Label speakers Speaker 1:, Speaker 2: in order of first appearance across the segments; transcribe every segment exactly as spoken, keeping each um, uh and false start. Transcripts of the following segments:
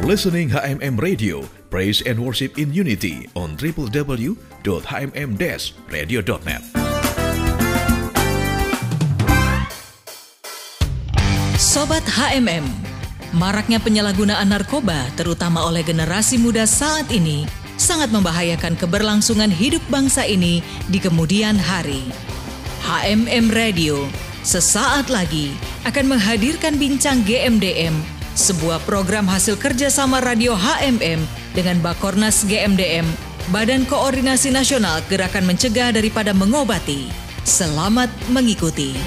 Speaker 1: listening H M M Radio, Praise and Worship in Unity on w w w dot h m m dash radio dot net.
Speaker 2: Sobat H M M, maraknya penyalahgunaan narkoba terutama oleh generasi muda saat ini sangat membahayakan keberlangsungan hidup bangsa ini di kemudian hari. H M M Radio sesaat lagi akan menghadirkan Bincang G M D M, sebuah program hasil kerjasama Radio H M M dengan Bakornas G M D M, Badan Koordinasi Nasional Gerakan Mencegah Daripada Mengobati. Selamat mengikuti.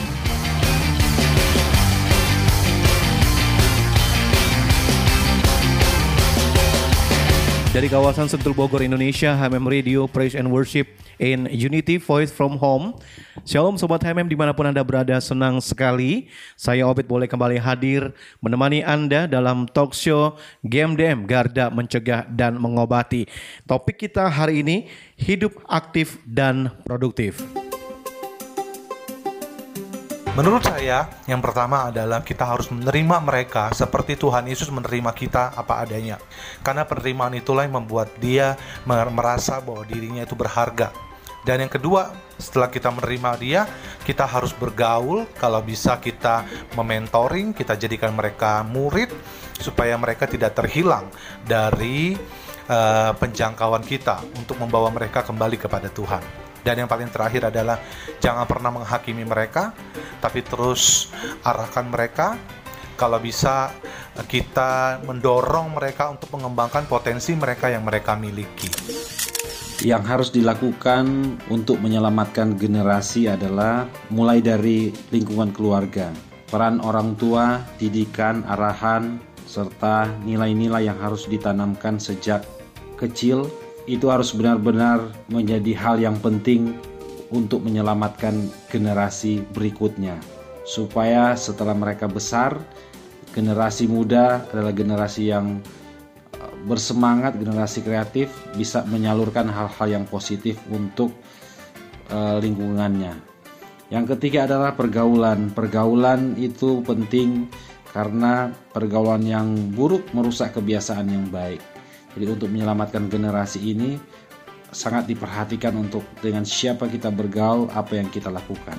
Speaker 3: Dari kawasan Sentul Bogor, Indonesia, H M M Radio, Praise and Worship in Unity, Voice from Home. Shalom Sobat H M M dimanapun Anda berada, senang sekali saya Obed boleh kembali hadir menemani Anda dalam talk show G M D M, Garda Mencegah dan Mengobati. Topik kita hari ini, hidup aktif dan produktif.
Speaker 4: Menurut saya, yang pertama adalah kita harus menerima mereka seperti Tuhan Yesus menerima kita apa adanya. Karena penerimaan itulah yang membuat dia merasa bahwa dirinya itu berharga. Dan yang kedua, setelah kita menerima dia, kita harus bergaul. Kalau bisa kita mementoring, kita jadikan mereka murid supaya mereka tidak terhilang dari uh, penjangkauan kita untuk membawa mereka kembali kepada Tuhan. Dan yang paling terakhir adalah jangan pernah menghakimi mereka, tapi terus arahkan mereka. Kalau bisa kita mendorong mereka untuk mengembangkan potensi mereka yang mereka miliki.
Speaker 5: Yang harus dilakukan untuk menyelamatkan generasi adalah mulai dari lingkungan keluarga. Peran orang tua, didikan, arahan, serta nilai-nilai yang harus ditanamkan sejak kecil itu harus benar-benar menjadi hal yang penting untuk menyelamatkan generasi berikutnya. Supaya setelah mereka besar, generasi muda adalah generasi yang bersemangat, generasi kreatif, bisa menyalurkan hal-hal yang positif untuk uh, lingkungannya. Yang ketiga adalah pergaulan. Pergaulan itu penting karena pergaulan yang buruk merusak kebiasaan yang baik. Jadi untuk menyelamatkan generasi ini sangat diperhatikan untuk dengan siapa kita bergaul, apa yang kita lakukan.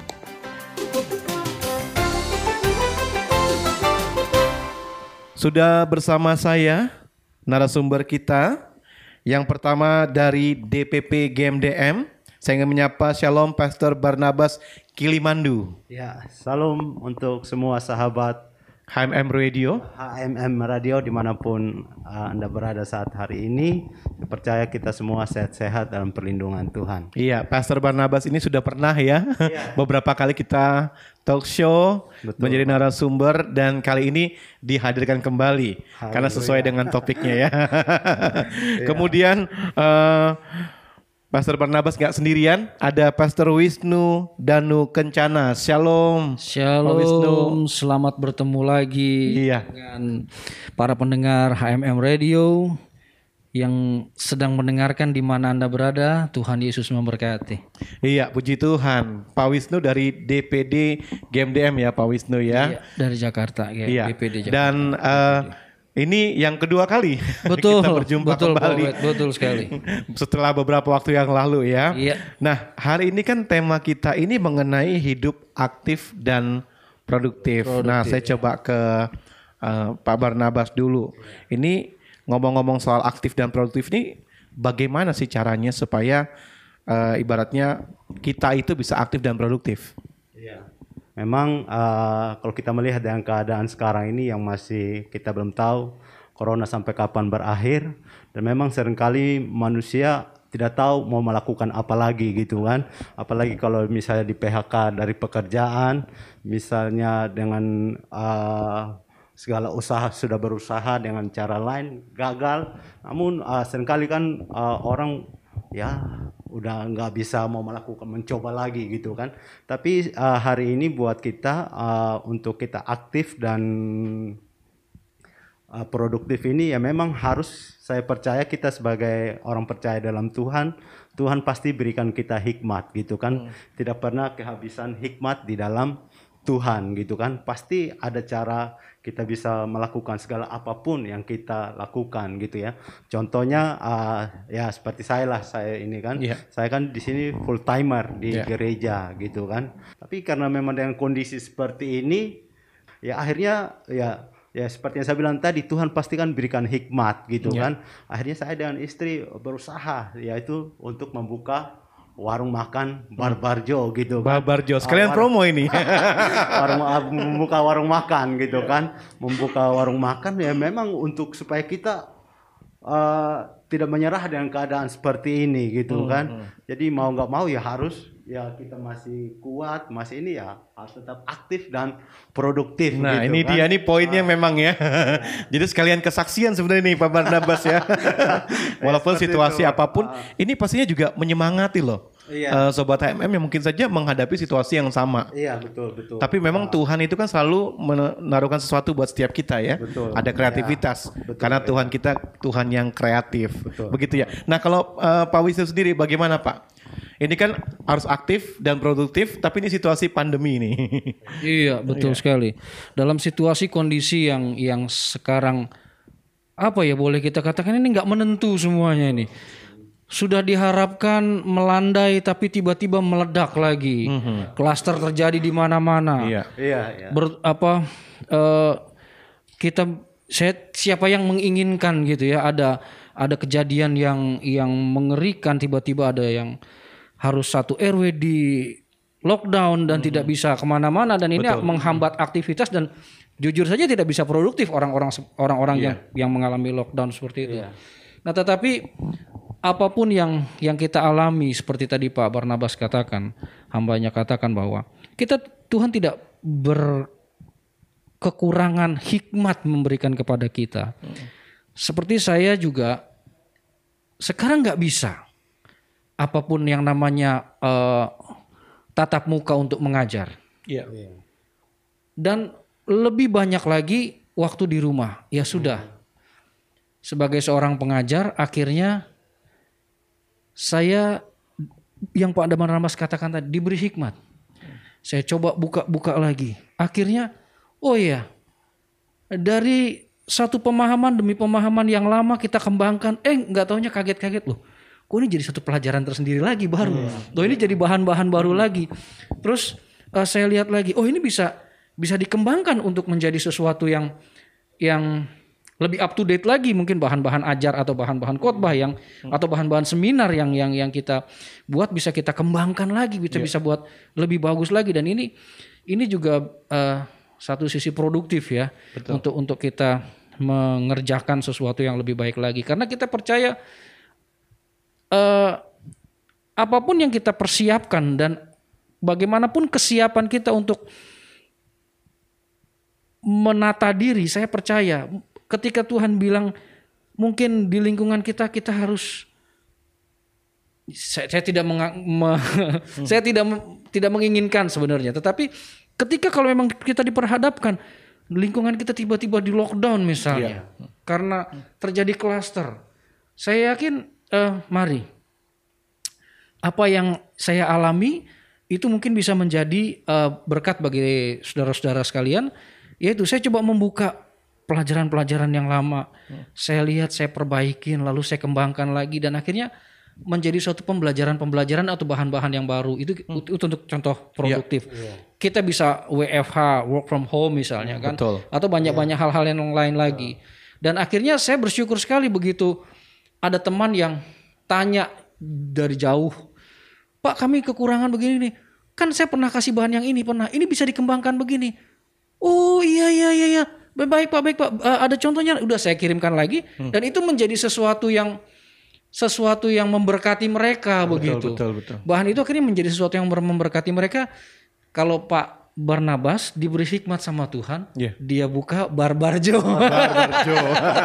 Speaker 3: Sudah bersama saya narasumber kita. Yang pertama dari D P P G M D M. Saya ingin menyapa Shalom Pastor Barnabas Kilimandu.
Speaker 6: Ya, salam untuk semua sahabat
Speaker 3: H M M Radio,
Speaker 6: H M M Radio dimanapun uh, Anda berada saat hari ini. Saya percaya kita semua sehat-sehat dalam perlindungan Tuhan.
Speaker 3: Iya, Pastor Barnabas ini sudah pernah ya,
Speaker 6: iya.
Speaker 3: beberapa kali kita talk show, betul, menjadi narasumber, dan kali ini dihadirkan kembali. Haleluya. Karena sesuai dengan topiknya ya. Kemudian uh, Pastor Barnabas gak sendirian, ada Pastor Wisnu Danu Kencana. Shalom.
Speaker 7: Shalom,
Speaker 3: Wisnu.
Speaker 7: Selamat bertemu lagi
Speaker 3: iya.
Speaker 7: dengan para pendengar H M M Radio yang sedang mendengarkan di mana Anda berada. Tuhan Yesus memberkati.
Speaker 3: Iya, puji Tuhan. Pak Wisnu dari D P D G M D M ya, Pak Wisnu ya.
Speaker 7: Iya, dari Jakarta. Ya,
Speaker 3: iya.
Speaker 7: D P D Jakarta.
Speaker 3: Dan uh, ini yang kedua kali
Speaker 7: betul,
Speaker 3: kita berjumpa
Speaker 7: betul,
Speaker 3: kembali.
Speaker 7: Betul, betul sekali.
Speaker 3: Setelah beberapa waktu yang lalu ya.
Speaker 7: Iya.
Speaker 3: Nah, hari ini kan tema kita ini mengenai hidup aktif dan produktif. produktif nah, saya ya. coba ke uh, Pak Barnabas dulu. Ini ngomong-ngomong soal aktif dan produktif ini, bagaimana sih caranya supaya uh, ibaratnya kita itu bisa aktif dan produktif?
Speaker 6: Iya. Memang uh, kalau kita melihat dengan keadaan sekarang ini yang masih kita belum tahu corona sampai kapan berakhir, dan memang seringkali manusia tidak tahu mau melakukan apa lagi gitu kan. Apalagi kalau misalnya di P H K dari pekerjaan, misalnya dengan uh, segala usaha sudah berusaha dengan cara lain gagal. Namun uh, seringkali kan uh, orang ya udah nggak bisa mau melakukan mencoba lagi gitu kan. Tapi uh, hari ini buat kita uh, untuk kita aktif dan uh, produktif ini ya memang harus, saya percaya kita sebagai orang percaya dalam Tuhan, Tuhan pasti berikan kita hikmat gitu kan. Hmm. Tidak pernah kehabisan hikmat di dalam Tuhan gitu kan, pasti ada cara kita bisa melakukan segala apapun yang kita lakukan gitu ya. Contohnya uh, ya seperti saya lah, saya ini kan, yeah. saya kan di sini full timer di yeah. gereja gitu kan. Tapi karena memang dengan kondisi seperti ini, ya akhirnya ya ya seperti yang saya bilang tadi, Tuhan pasti kan berikan hikmat gitu yeah. kan. Akhirnya saya dengan istri berusaha yaitu untuk membuka warung makan Barbarjo gitu kan.
Speaker 3: Barbarjo, sekalian uh, promo ini.
Speaker 6: warung, membuka warung makan gitu kan. Membuka warung makan ya memang untuk supaya kita uh, tidak menyerah dengan keadaan seperti ini gitu hmm, kan. Hmm. Jadi mau nggak mau ya harus ya kita masih kuat, masih ini ya harus tetap aktif dan produktif.
Speaker 3: Nah
Speaker 6: gitu
Speaker 3: ini
Speaker 6: kan.
Speaker 3: dia nih poinnya uh, memang ya. Jadi sekalian kesaksian sebenarnya nih Pak Barnabas ya. Walaupun ya, situasi itu. apapun, uh, ini pastinya juga menyemangati loh. Iya. Uh, Sobat H M M yang mungkin saja menghadapi situasi yang sama.
Speaker 6: Iya betul betul.
Speaker 3: Tapi memang uh, Tuhan itu kan selalu menaruhkan sesuatu buat setiap kita ya.
Speaker 6: Betul.
Speaker 3: Ada kreativitas.
Speaker 6: Ya, betul,
Speaker 3: karena
Speaker 6: ya.
Speaker 3: Tuhan kita Tuhan yang kreatif.
Speaker 6: Betul.
Speaker 3: Begitu ya. Nah kalau uh, Pak Wisnu sendiri bagaimana Pak? Ini kan harus aktif dan produktif, tapi ini situasi pandemi nih.
Speaker 7: Iya betul iya. sekali. Dalam situasi kondisi yang yang sekarang apa ya boleh kita katakan ini nggak menentu semuanya ini. Sudah diharapkan melandai tapi tiba-tiba meledak lagi. Mm-hmm. Klaster terjadi di mana-mana.
Speaker 3: Iya.
Speaker 6: Iya, iya.
Speaker 7: Ber, apa uh, kita saya, siapa yang menginginkan gitu ya ada ada kejadian yang yang mengerikan, tiba-tiba ada yang harus satu R W di lockdown dan mm-hmm. tidak bisa kemana-mana dan ini Betul. menghambat aktivitas dan jujur saja tidak bisa produktif orang-orang orang-orang yeah. yang yang mengalami lockdown seperti itu. Yeah. Nah tetapi apapun yang yang kita alami seperti tadi Pak Barnabas katakan, hambanya katakan bahwa kita Tuhan tidak berkekurangan hikmat memberikan kepada kita. Hmm. Seperti saya juga sekarang nggak bisa apapun yang namanya uh, tatap muka untuk mengajar. Yeah. Dan lebih banyak lagi waktu di rumah. Ya sudah. Hmm. Sebagai seorang pengajar akhirnya saya yang Pak Barnabas katakan tadi diberi hikmat. Saya coba buka-buka lagi. Akhirnya oh iya. Dari satu pemahaman demi pemahaman yang lama kita kembangkan, eh enggak taunya kaget-kaget loh. Kok ini jadi satu pelajaran tersendiri lagi baru. Hmm. Loh ini jadi bahan-bahan baru lagi. Terus uh, saya lihat lagi, oh ini bisa bisa dikembangkan untuk menjadi sesuatu yang yang lebih up to date lagi, mungkin bahan-bahan ajar atau bahan-bahan khotbah yang hmm. atau bahan-bahan seminar yang yang yang kita buat bisa kita kembangkan lagi, bisa yeah. bisa buat lebih bagus lagi dan ini ini juga uh, satu sisi produktif ya. Betul. untuk untuk kita mengerjakan sesuatu yang lebih baik lagi karena kita percaya uh, apapun yang kita persiapkan dan bagaimanapun kesiapan kita untuk menata diri, saya percaya ketika Tuhan bilang mungkin di lingkungan kita kita harus saya, saya tidak menga, me, hmm. saya tidak tidak menginginkan sebenarnya, tetapi ketika kalau memang kita diperhadapkan lingkungan kita tiba-tiba di lockdown misalnya yeah. karena terjadi klaster, saya yakin uh, mari apa yang saya alami itu mungkin bisa menjadi uh, berkat bagi saudara-saudara sekalian, yaitu saya coba membuka pelajaran-pelajaran yang lama, hmm. saya lihat, saya perbaikin, lalu saya kembangkan lagi dan akhirnya menjadi suatu pembelajaran-pembelajaran atau bahan-bahan yang baru. Itu, hmm. itu untuk contoh produktif. Yeah. Yeah. Kita bisa W F H, work from home misalnya kan, Betul. atau banyak-banyak yeah. hal-hal yang lain lagi. Dan akhirnya saya bersyukur sekali begitu ada teman yang tanya dari jauh, Pak kami kekurangan begini nih, kan saya pernah kasih bahan yang ini pernah, ini bisa dikembangkan begini. Oh iya iya iya iya. Baik Pak, baik Pak. Uh, ada contohnya, udah saya kirimkan lagi hmm. dan itu menjadi sesuatu yang sesuatu yang memberkati mereka betul, begitu. Betul, betul. Bahan itu akhirnya menjadi sesuatu yang memberkati mereka. Kalau Pak Barnabas diberi hikmat sama Tuhan, yeah. dia buka Barbarjo. Barbarjo.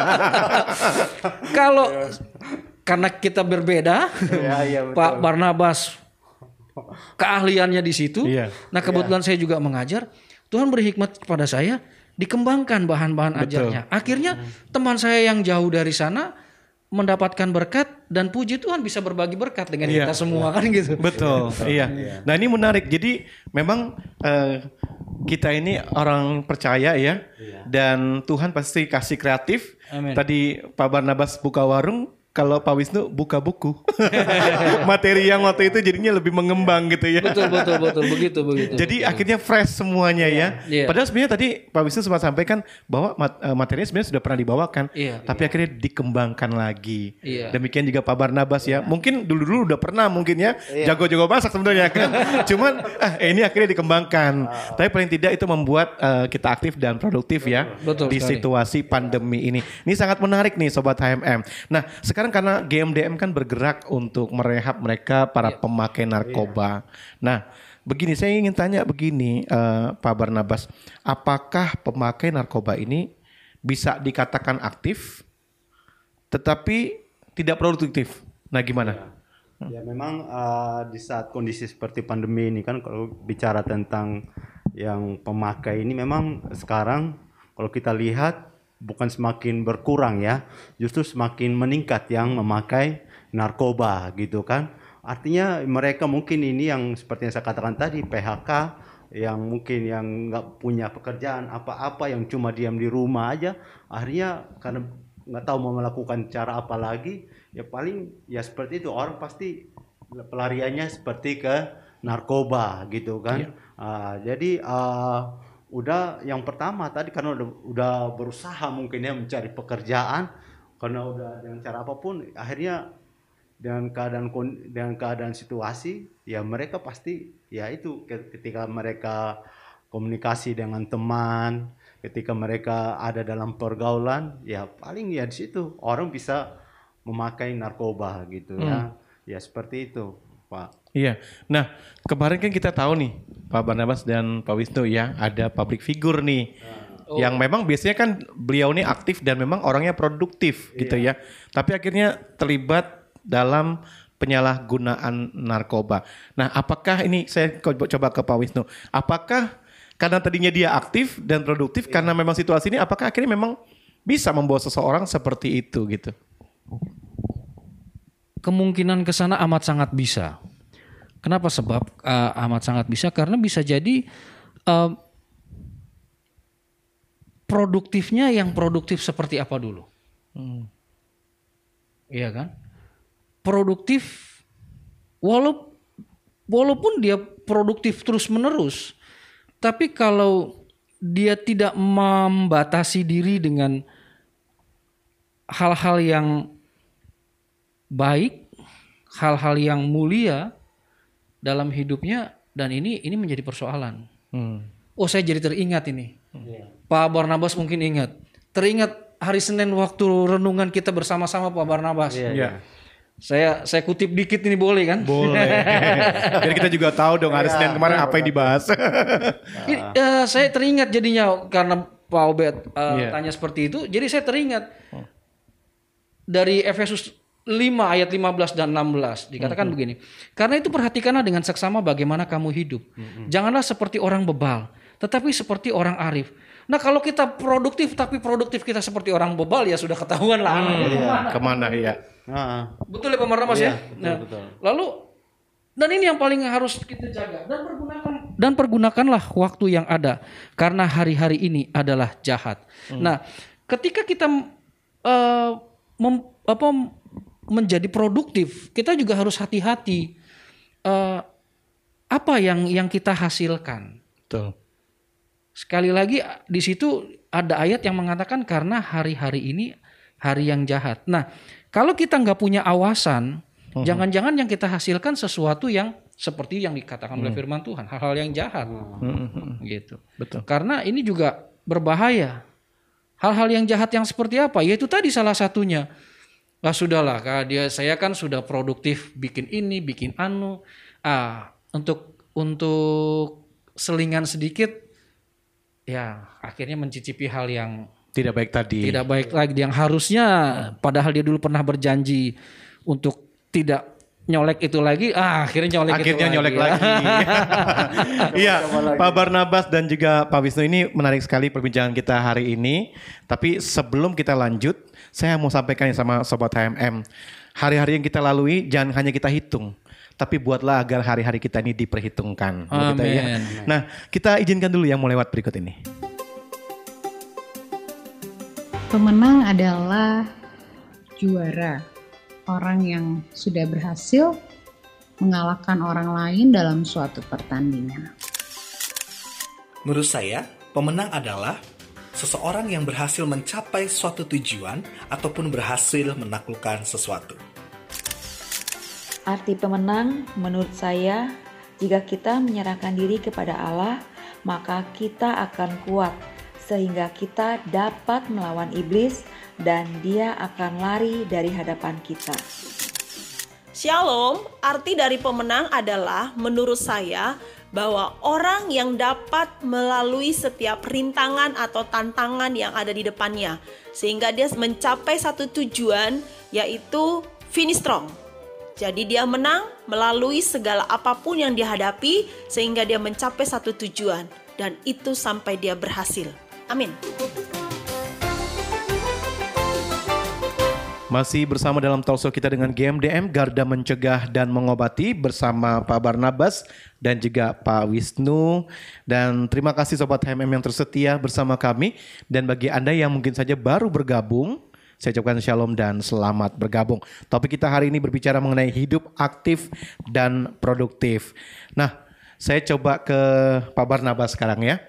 Speaker 7: Kalau karena kita berbeda, ya, ya, Pak Barnabas keahliannya di situ. Yeah. Nah kebetulan yeah. saya juga mengajar. Tuhan beri hikmat kepada saya. Dikembangkan bahan-bahan Betul. ajarnya. Akhirnya hmm. teman saya yang jauh dari sana mendapatkan berkat dan puji Tuhan bisa berbagi berkat dengan iya. kita semua kan gitu.
Speaker 3: Betul. iya. iya. Nah ini menarik. Jadi memang uh, kita ini orang percaya ya, dan Tuhan pasti kasih kreatif.
Speaker 7: Amin.
Speaker 3: Tadi Pak Barnabas buka warung, kalau Pak Wisnu buka buku. Materi yang waktu itu jadinya lebih mengembang gitu ya.
Speaker 7: Betul, betul, betul, begitu, begitu.
Speaker 3: Jadi
Speaker 7: betul.
Speaker 3: akhirnya fresh semuanya ya.
Speaker 7: Iya.
Speaker 3: Padahal sebenarnya tadi Pak Wisnu sempat sampaikan bahwa mat- eh, materinya sebenarnya sudah pernah dibawakan,
Speaker 7: Iya.
Speaker 3: tapi akhirnya dikembangkan lagi.
Speaker 7: Iya.
Speaker 3: Demikian juga Pak Barnabas ya. Mungkin dulu-dulu udah pernah mungkin ya jago-jago masak sebenarnya kan. Cuman ah, ini akhirnya dikembangkan. Tapi paling tidak itu membuat eh, kita aktif dan produktif ya
Speaker 7: Betul
Speaker 3: di
Speaker 7: sekali.
Speaker 3: situasi pandemi ini. Ini sangat menarik nih Sobat H M M. Nah sekarang karena G M D M kan bergerak untuk merehab mereka para
Speaker 7: Iya.
Speaker 3: pemakai narkoba. Nah begini, saya ingin tanya begini eh, Pak Barnabas, apakah pemakai narkoba ini bisa dikatakan aktif tetapi tidak produktif? Nah gimana?
Speaker 6: Ya memang uh, di saat kondisi seperti pandemi ini kan, kalau bicara tentang yang pemakai ini memang sekarang kalau kita lihat bukan semakin berkurang ya, justru semakin meningkat yang memakai narkoba gitu kan. Artinya mereka mungkin ini yang seperti yang saya katakan tadi, P H K, yang mungkin yang nggak punya pekerjaan apa-apa, yang cuma diam di rumah aja, akhirnya karena nggak tahu mau melakukan cara apa lagi, ya paling ya seperti itu, orang pasti pelariannya seperti ke narkoba gitu kan.
Speaker 3: Iya.
Speaker 6: Uh, jadi uh, udah yang pertama tadi karena udah, udah berusaha mungkin ya mencari pekerjaan, karena udah dengan cara apapun akhirnya dengan keadaan dengan keadaan situasi ya mereka pasti ya itu ketika mereka komunikasi dengan teman, ketika mereka ada dalam pergaulan ya paling ya di situ orang bisa memakai narkoba gitu ya.
Speaker 3: Hmm.
Speaker 6: Ya seperti itu, Pak.
Speaker 3: Iya. Nah, kemarin kan kita tahu nih Pak Barnabas dan Pak Wisnu ya, ada public figure nih.
Speaker 7: Oh.
Speaker 3: Yang memang biasanya kan beliau ini aktif dan memang orangnya produktif gitu ya. Tapi akhirnya terlibat dalam penyalahgunaan narkoba. Nah, apakah ini saya coba ke Pak Wisnu. Apakah karena tadinya dia aktif dan produktif karena memang situasi ini, apakah akhirnya memang bisa membawa seseorang seperti itu gitu?
Speaker 7: Kemungkinan ke sana amat sangat bisa. Kenapa? Sebab uh, amat sangat bisa karena bisa jadi uh, produktifnya yang produktif seperti apa dulu.
Speaker 3: Hmm.
Speaker 7: Iya kan? Produktif walaupun walaupun dia produktif terus-menerus, tapi kalau dia tidak membatasi diri dengan hal-hal yang baik, hal-hal yang mulia dalam hidupnya, dan ini ini menjadi persoalan.
Speaker 3: Hmm.
Speaker 7: Oh, saya jadi teringat ini. Hmm. Pak Barnabas mungkin ingat. Teringat hari Senin waktu renungan kita bersama-sama Pak Barnabas.
Speaker 3: Iya. Ya.
Speaker 7: Saya saya kutip dikit ini boleh kan?
Speaker 3: Boleh. Biar kita juga tahu dong hari Senin kemarin apa yang dibahas.
Speaker 7: Ini, uh, saya teringat jadinya karena Pak Obed uh,
Speaker 3: yeah.
Speaker 7: tanya seperti itu. Jadi saya teringat dari Efesus lima ayat lima belas dan enam belas dikatakan mm-hmm. begini. Karena itu perhatikanlah dengan seksama bagaimana kamu hidup. Mm-hmm. Janganlah seperti orang bebal, tetapi seperti orang arif. Nah kalau kita produktif tapi produktif kita seperti orang bebal ya sudah ketahuan lah.
Speaker 3: Hmm, iya. Kemana ya?
Speaker 6: Nah,
Speaker 7: betul ya Pak Barnabas
Speaker 6: iya,
Speaker 7: ya.
Speaker 6: Betul,
Speaker 7: Nah,
Speaker 6: betul.
Speaker 7: lalu dan ini yang paling harus kita jaga dan pergunakan dan pergunakanlah waktu yang ada karena hari-hari ini adalah jahat. Hmm. Nah ketika kita uh, mem, apa, menjadi produktif kita juga harus hati-hati uh, apa yang yang kita hasilkan.
Speaker 3: Betul.
Speaker 7: Sekali lagi di situ ada ayat yang mengatakan karena hari-hari ini hari yang jahat. Nah, kalau kita nggak punya awasan, uh-huh. jangan-jangan yang kita hasilkan sesuatu yang seperti yang dikatakan uh-huh. oleh Firman Tuhan, hal-hal yang jahat, uh-huh. gitu.
Speaker 3: Betul.
Speaker 7: Karena ini juga berbahaya. Hal-hal yang jahat yang seperti apa? Yaitu tadi salah satunya. Lah sudahlah, dia saya kan sudah produktif bikin ini, bikin anu. Ah, untuk untuk selingan sedikit. Ya, akhirnya mencicipi hal yang
Speaker 3: tidak baik tadi.
Speaker 7: Tidak baik lagi yang harusnya padahal dia dulu pernah berjanji untuk tidak nyolek itu lagi, ah akhirnya nyolek
Speaker 3: akhirnya
Speaker 7: itu
Speaker 3: nyolek
Speaker 7: lagi.
Speaker 3: lagi. Iya, Pak Barnabas dan juga Pak Wisnu, ini menarik sekali perbincangan kita hari ini. Tapi sebelum kita lanjut, saya mau sampaikan sama Sobat H M M. hari-hari yang kita lalui jangan hanya kita hitung, tapi buatlah agar hari-hari kita ini diperhitungkan. Gitu ya. Nah, kita izinkan dulu yang mau lewat berikut ini.
Speaker 8: Pemenang adalah juara, orang yang sudah berhasil mengalahkan orang lain dalam suatu pertandingan.
Speaker 9: Menurut saya, pemenang adalah seseorang yang berhasil mencapai suatu tujuan ataupun berhasil menaklukkan sesuatu.
Speaker 10: Arti pemenang menurut saya, jika kita menyerahkan diri kepada Allah, maka kita akan kuat sehingga kita dapat melawan iblis dan dia akan lari dari hadapan kita.
Speaker 11: Shalom, arti dari pemenang adalah menurut saya bahwa orang yang dapat melalui setiap rintangan atau tantangan yang ada di depannya sehingga dia mencapai satu tujuan, yaitu finish strong. Jadi dia menang melalui segala apapun yang dihadapi sehingga dia mencapai satu tujuan dan itu sampai dia berhasil. Amin.
Speaker 3: Masih bersama dalam talkshow kita dengan G M D M, Garda Mencegah dan Mengobati, bersama Pak Barnabas dan juga Pak Wisnu. Dan terima kasih Sobat H M M yang tersetia bersama kami. Dan bagi Anda yang mungkin saja baru bergabung, saya ucapkan shalom dan selamat bergabung. Topik kita hari ini berbicara mengenai hidup aktif dan produktif. Nah, saya coba ke Pak Barnabas sekarang ya.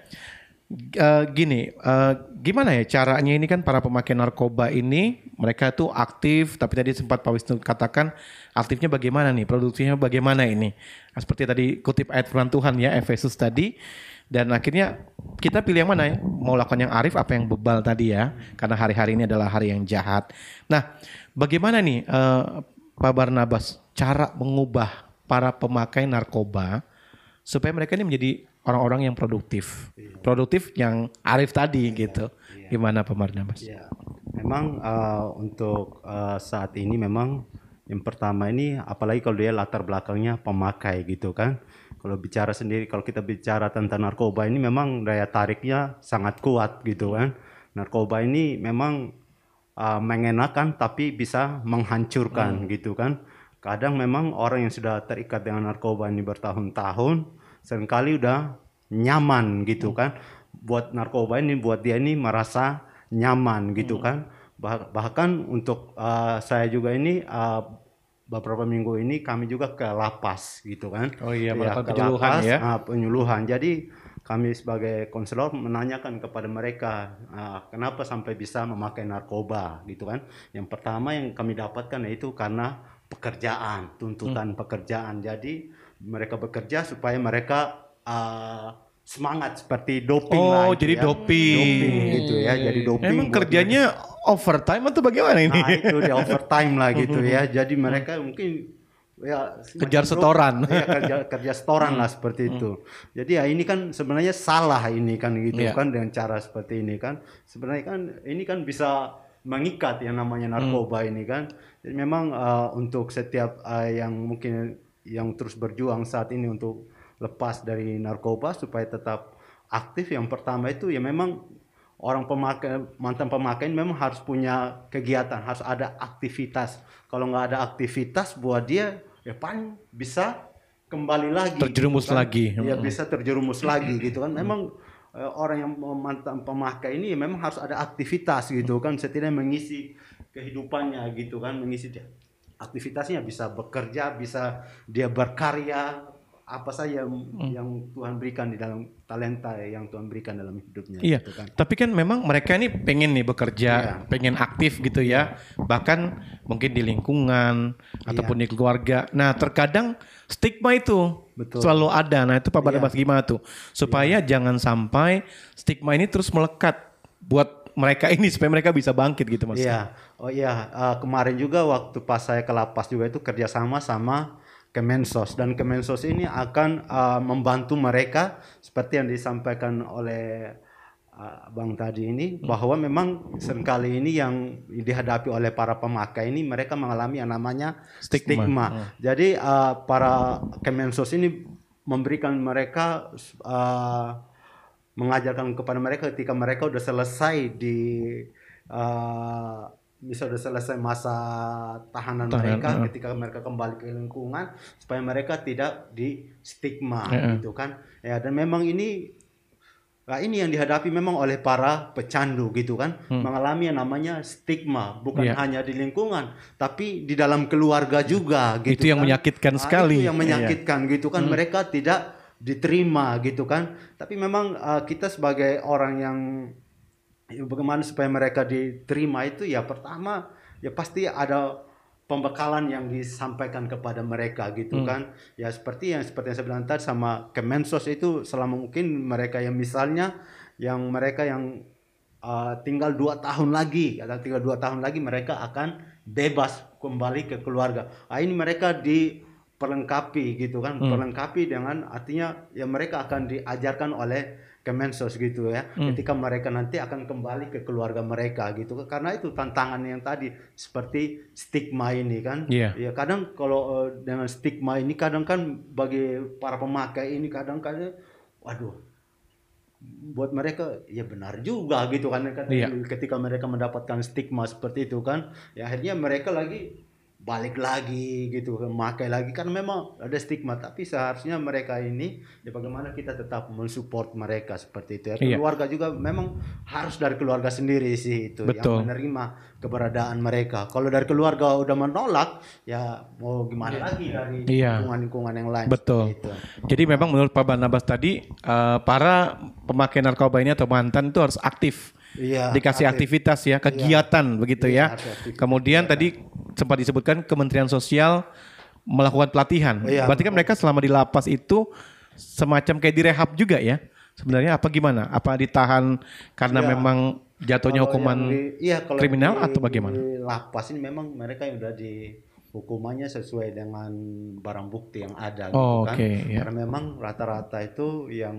Speaker 3: Uh, gini, uh, gimana ya caranya ini kan para pemakai narkoba ini mereka tuh aktif, tapi tadi sempat Pak Wisnu katakan aktifnya bagaimana nih, produktifnya bagaimana ini. Nah, seperti tadi kutip ayat firman Tuhan ya, Efesus tadi, dan akhirnya kita pilih yang mana ya, mau lakukan yang arif apa yang bebal tadi ya, karena hari-hari ini adalah hari yang jahat. Nah, bagaimana nih uh, Pak Barnabas cara mengubah para pemakai narkoba supaya mereka ini menjadi orang-orang yang produktif, iya. produktif yang arif tadi iya, gitu. Iya. Gimana Pak Barnabas? Iya.
Speaker 6: Memang uh, untuk uh, saat ini memang yang pertama ini, apalagi kalau dia latar belakangnya pemakai gitu kan. Kalau bicara sendiri, kalau kita bicara tentang narkoba ini memang daya tariknya sangat kuat gitu kan. Narkoba ini memang uh, mengenakan tapi bisa menghancurkan hmm. gitu kan. Kadang memang orang yang sudah terikat dengan narkoba ini bertahun-tahun seringkali udah nyaman gitu kan. Buat narkoba ini, buat dia ini merasa nyaman gitu kan. Bah- bahkan untuk uh, saya juga ini uh, beberapa minggu ini kami juga ke lapas gitu kan.
Speaker 3: Oh iya,
Speaker 6: ya,
Speaker 3: ke penyuluhan
Speaker 6: lapas,
Speaker 3: ya.
Speaker 6: Uh, penyuluhan. Jadi kami sebagai konselor menanyakan kepada mereka uh, kenapa sampai bisa memakai narkoba gitu kan. Yang pertama yang kami dapatkan yaitu karena pekerjaan, tuntutan hmm. pekerjaan. Jadi mereka bekerja supaya mereka uh, semangat seperti doping
Speaker 3: oh,
Speaker 6: lah.
Speaker 3: Oh, jadi
Speaker 6: ya.
Speaker 3: doping.
Speaker 6: Doping gitu ya, jadi doping.
Speaker 3: Emang kerjanya mereka overtime atau bagaimana ini?
Speaker 6: Nah, itu dia overtime lah gitu ya. Jadi mereka mungkin ya
Speaker 3: kejar setoran.
Speaker 6: Ya, kerja kerja setoran lah seperti itu. Jadi ya ini kan sebenarnya salah ini kan gitu yeah. kan dengan cara seperti ini kan. Sebenarnya kan ini kan bisa mengikat yang namanya narkoba hmm. ini kan. Jadi memang uh, untuk setiap uh, yang mungkin yang terus berjuang saat ini untuk lepas dari narkoba supaya tetap aktif, yang pertama itu ya memang orang pemakai, mantan pemakai memang harus punya kegiatan, harus ada aktivitas. Kalau nggak ada aktivitas buat dia ya paling bisa kembali lagi
Speaker 3: terjerumus
Speaker 6: gitu kan.
Speaker 3: lagi
Speaker 6: Ya bisa terjerumus lagi gitu kan. Memang uh, orang yang mantan pemakai ini ya memang harus ada aktivitas gitu kan, setidaknya mengisi kehidupannya gitu kan, mengisi dia aktivitasnya, bisa bekerja, bisa dia berkarya, apa saja yang, hmm. yang Tuhan berikan di dalam talenta yang Tuhan berikan dalam hidupnya.
Speaker 3: Iya,
Speaker 6: gitu kan.
Speaker 3: Tapi kan memang mereka ini pengen nih bekerja, iya. pengen aktif gitu ya, bahkan mungkin di lingkungan iya. ataupun di keluarga. Nah terkadang stigma itu Betul. selalu ada. Nah itu Pak Barnabas iya. gimana tuh? Supaya iya. jangan sampai stigma ini terus melekat buat mereka ini supaya mereka bisa bangkit gitu Mas.
Speaker 6: Iya, oh iya uh, kemarin juga waktu pas saya ke lapas juga itu kerjasama sama Kemensos, dan Kemensos ini akan uh, membantu mereka seperti yang disampaikan oleh uh, Bang tadi ini, bahwa memang seringkali ini yang dihadapi oleh para pemakai ini mereka mengalami yang namanya stigma. stigma. Hmm. Jadi uh, para Kemensos ini memberikan mereka uh, mengajarkan kepada mereka ketika mereka udah selesai di uh, misal sudah selesai masa tahanan
Speaker 3: Tahanan,
Speaker 6: mereka,
Speaker 3: uh.
Speaker 6: ketika mereka kembali ke lingkungan supaya mereka tidak di stigma
Speaker 3: uh.
Speaker 6: gitu kan. Ya, dan memang ini nah ini yang dihadapi memang oleh para pecandu gitu kan, hmm. mengalami yang namanya stigma, bukan yeah. hanya di lingkungan, tapi di dalam keluarga juga gitu.
Speaker 3: Itu yang
Speaker 6: kan.
Speaker 3: menyakitkan
Speaker 6: nah,
Speaker 3: sekali.
Speaker 6: Itu yang menyakitkan yeah. gitu kan, hmm. mereka tidak diterima gitu kan. Tapi memang uh, kita sebagai orang yang ya, bagaimana supaya mereka diterima itu ya pertama ya pasti ada pembekalan yang disampaikan kepada mereka gitu hmm. kan. Ya seperti yang seperti yang saya bilang tadi sama Kemensos itu selama mungkin mereka yang misalnya yang mereka yang uh, tinggal dua tahun lagi atau tinggal dua tahun lagi mereka akan bebas kembali ke keluarga. Nah, ini mereka diperlengkapi gitu kan, hmm. perlengkapi dengan artinya ya mereka akan diajarkan oleh Kemensos gitu ya, hmm. ketika mereka nanti akan kembali ke keluarga mereka gitu, karena itu tantangan yang tadi seperti stigma ini kan, yeah. ya kadang kalau uh, dengan stigma ini kadang kan bagi para pemakai ini kadang-kadang, waduh, buat mereka ya benar juga gitu kan, yeah. ketika mereka mendapatkan stigma seperti itu kan, ya akhirnya mereka lagi balik lagi gitu, memakai lagi karena memang ada stigma. Tapi seharusnya mereka ini ya bagaimana kita tetap mensupport mereka seperti itu ya.
Speaker 3: Iya.
Speaker 6: Keluarga juga memang harus dari keluarga sendiri sih itu
Speaker 3: Betul.
Speaker 6: yang menerima keberadaan mereka. Kalau dari keluarga udah menolak ya mau gimana iya. lagi dari
Speaker 3: iya.
Speaker 6: lingkungan-lingkungan yang lain.
Speaker 3: Betul. Jadi memang menurut Pak Barnabas tadi uh, para pemakai narkoba ini atau mantan itu harus aktif. Iya, dikasih aktif. aktivitas ya, kegiatan iya. begitu iya, ya. Kemudian kegiatan. Tadi sempat disebutkan Kementerian Sosial melakukan pelatihan. Iya. Berarti kan mereka selama di lapas itu semacam kayak direhab juga ya. Sebenarnya apa gimana? Apa ditahan karena iya. memang jatuhnya kalau hukuman di, iya, kriminal di, atau bagaimana?
Speaker 6: Di lapas ini memang mereka yang udah di hukumannya sesuai dengan barang bukti yang ada
Speaker 3: oh,
Speaker 6: gitu kan.
Speaker 3: Okay, yeah.
Speaker 6: Karena memang rata-rata itu yang